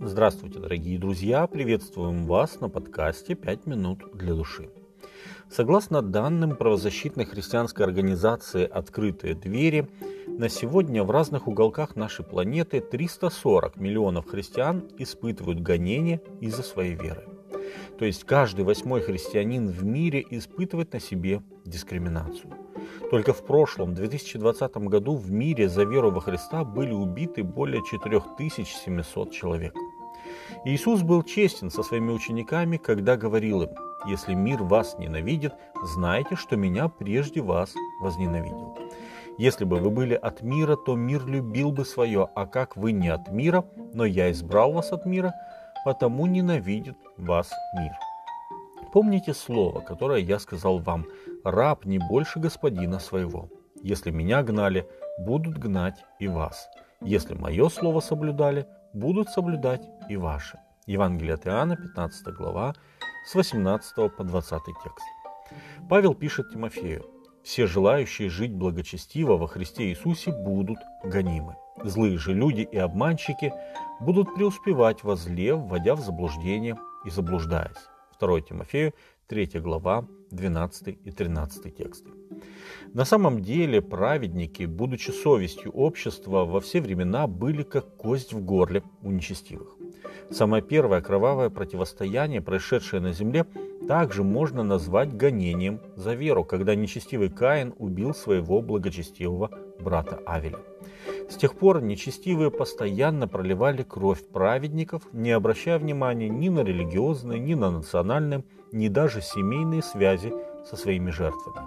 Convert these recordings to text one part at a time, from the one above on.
Здравствуйте, дорогие друзья! Приветствуем вас на подкасте «5 минут для души». Согласно данным правозащитной христианской организации «Открытые двери», на сегодня в разных уголках нашей планеты 340 миллионов христиан испытывают гонения из-за своей веры. То есть каждый 8-й христианин в мире испытывает на себе дискриминацию. Только в прошлом, 2020 году, в мире за веру во Христа были убиты более 4700 человек. Иисус был честен со своими учениками, когда говорил им: «Если мир вас ненавидит, знайте, что меня прежде вас возненавидел. Если бы вы были от мира, то мир любил бы свое, а как вы не от мира, но я избрал вас от мира, потому ненавидит вас мир». Помните слово, которое я сказал вам: «Раб не больше господина своего. Если меня гнали, будут гнать и вас. Если мое слово соблюдали, будут соблюдать и ваше». Евангелие от Иоанна, 15 глава, с 18 по 20 текст. Павел пишет Тимофею: «Все желающие жить благочестиво во Христе Иисусе будут гонимы. Злые же люди и обманщики будут преуспевать во зле, вводя в заблуждение и заблуждаясь». 2 Тимофею, 3 глава, 12 и 13 тексты. На самом деле праведники, будучи совестью общества, во все времена были как кость в горле у нечестивых. Самое первое кровавое противостояние, происшедшее на земле, также можно назвать гонением за веру, когда нечестивый Каин убил своего благочестивого брата Авеля. С тех пор нечестивые постоянно проливали кровь праведников, не обращая внимания ни на религиозные, ни на национальные, ни даже семейные связи со своими жертвами.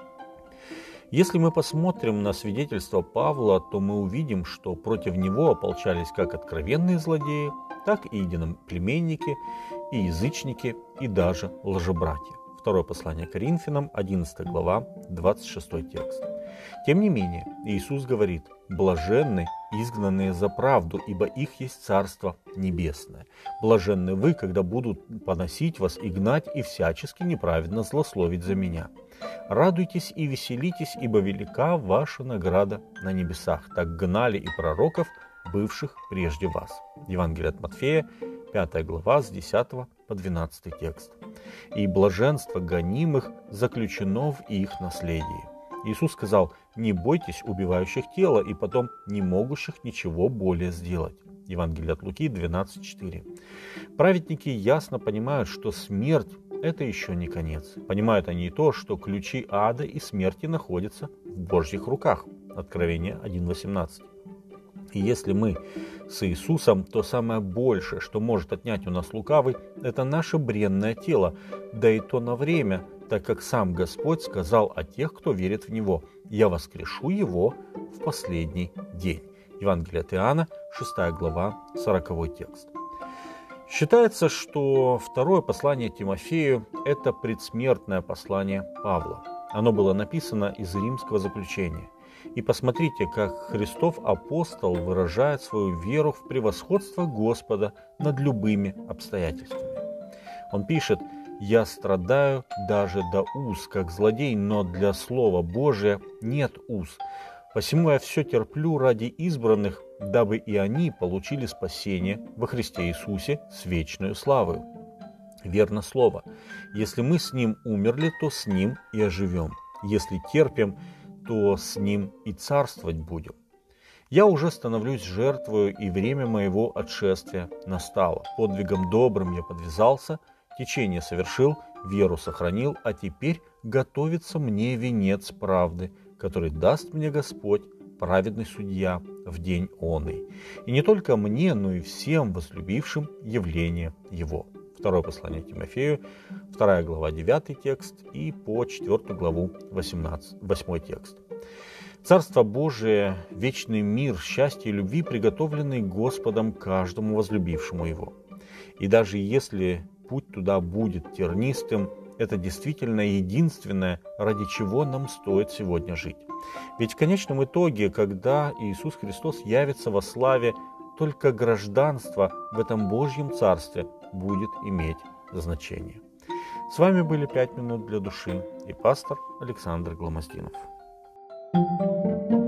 Если мы посмотрим на свидетельство Павла, то мы увидим, что против него ополчались как откровенные злодеи, так и единоплеменники, и язычники, и даже лжебратья. Второе послание Коринфянам, 11 глава, 26 текст. Тем не менее, Иисус говорит: «Блаженны изгнанные за правду, ибо их есть Царство Небесное. Блаженны вы, когда будут поносить вас и гнать, и всячески неправедно злословить за меня. Радуйтесь и веселитесь, ибо велика ваша награда на небесах. Так гнали и пророков, бывших прежде вас». Евангелие от Матфея, 5 глава, с 10 по 12 текст. «И блаженство гонимых заключено в их наследии». Иисус сказал: «Не бойтесь убивающих тело и потом не могущих ничего более сделать». Евангелие от Луки, 12:4. Праведники ясно понимают, что смерть – это еще не конец. Понимают они и то, что ключи ада и смерти находятся в Божьих руках. Откровение 1:18. И если мы с Иисусом, то самое большее, что может отнять у нас лукавый, это наше бренное тело, да и то на время, так как сам Господь сказал о тех, кто верит в Него: «Я воскрешу его в последний день». Евангелие от Иоанна, 6 глава, 40 текст. Считается, что второе послание Тимофею – это предсмертное послание Павла. Оно было написано из римского заключения. И посмотрите, как Христов апостол выражает свою веру в превосходство Господа над любыми обстоятельствами. Он пишет: «Я страдаю даже до уз, как злодей, но для Слова Божия нет уз. Посему я все терплю ради избранных, дабы и они получили спасение во Христе Иисусе с вечной славою». Верно слово: если мы с Ним умерли, то с Ним и оживем. Если терпим, то с Ним и царствовать будем. Я уже становлюсь жертвою, и время моего отшествия настало. Подвигом добрым я подвязался, течение совершил, веру сохранил, а теперь готовится мне венец правды, который даст мне Господь, праведный судья, в день оный. И не только мне, но и всем возлюбившим явление Его». Второе послание Тимофею, 2 глава, 9 текст, и по 4 главу, 8 текст. Царство Божие, вечный мир, счастье и любви, приготовленный Господом каждому возлюбившему Его. И даже если путь туда будет тернистым, это действительно единственное, ради чего нам стоит сегодня жить. Ведь в конечном итоге, когда Иисус Христос явится во славе, только гражданство в этом Божьем Царстве будет иметь значение. С вами были 5 минут для души и пастор Александр Гломоздинов.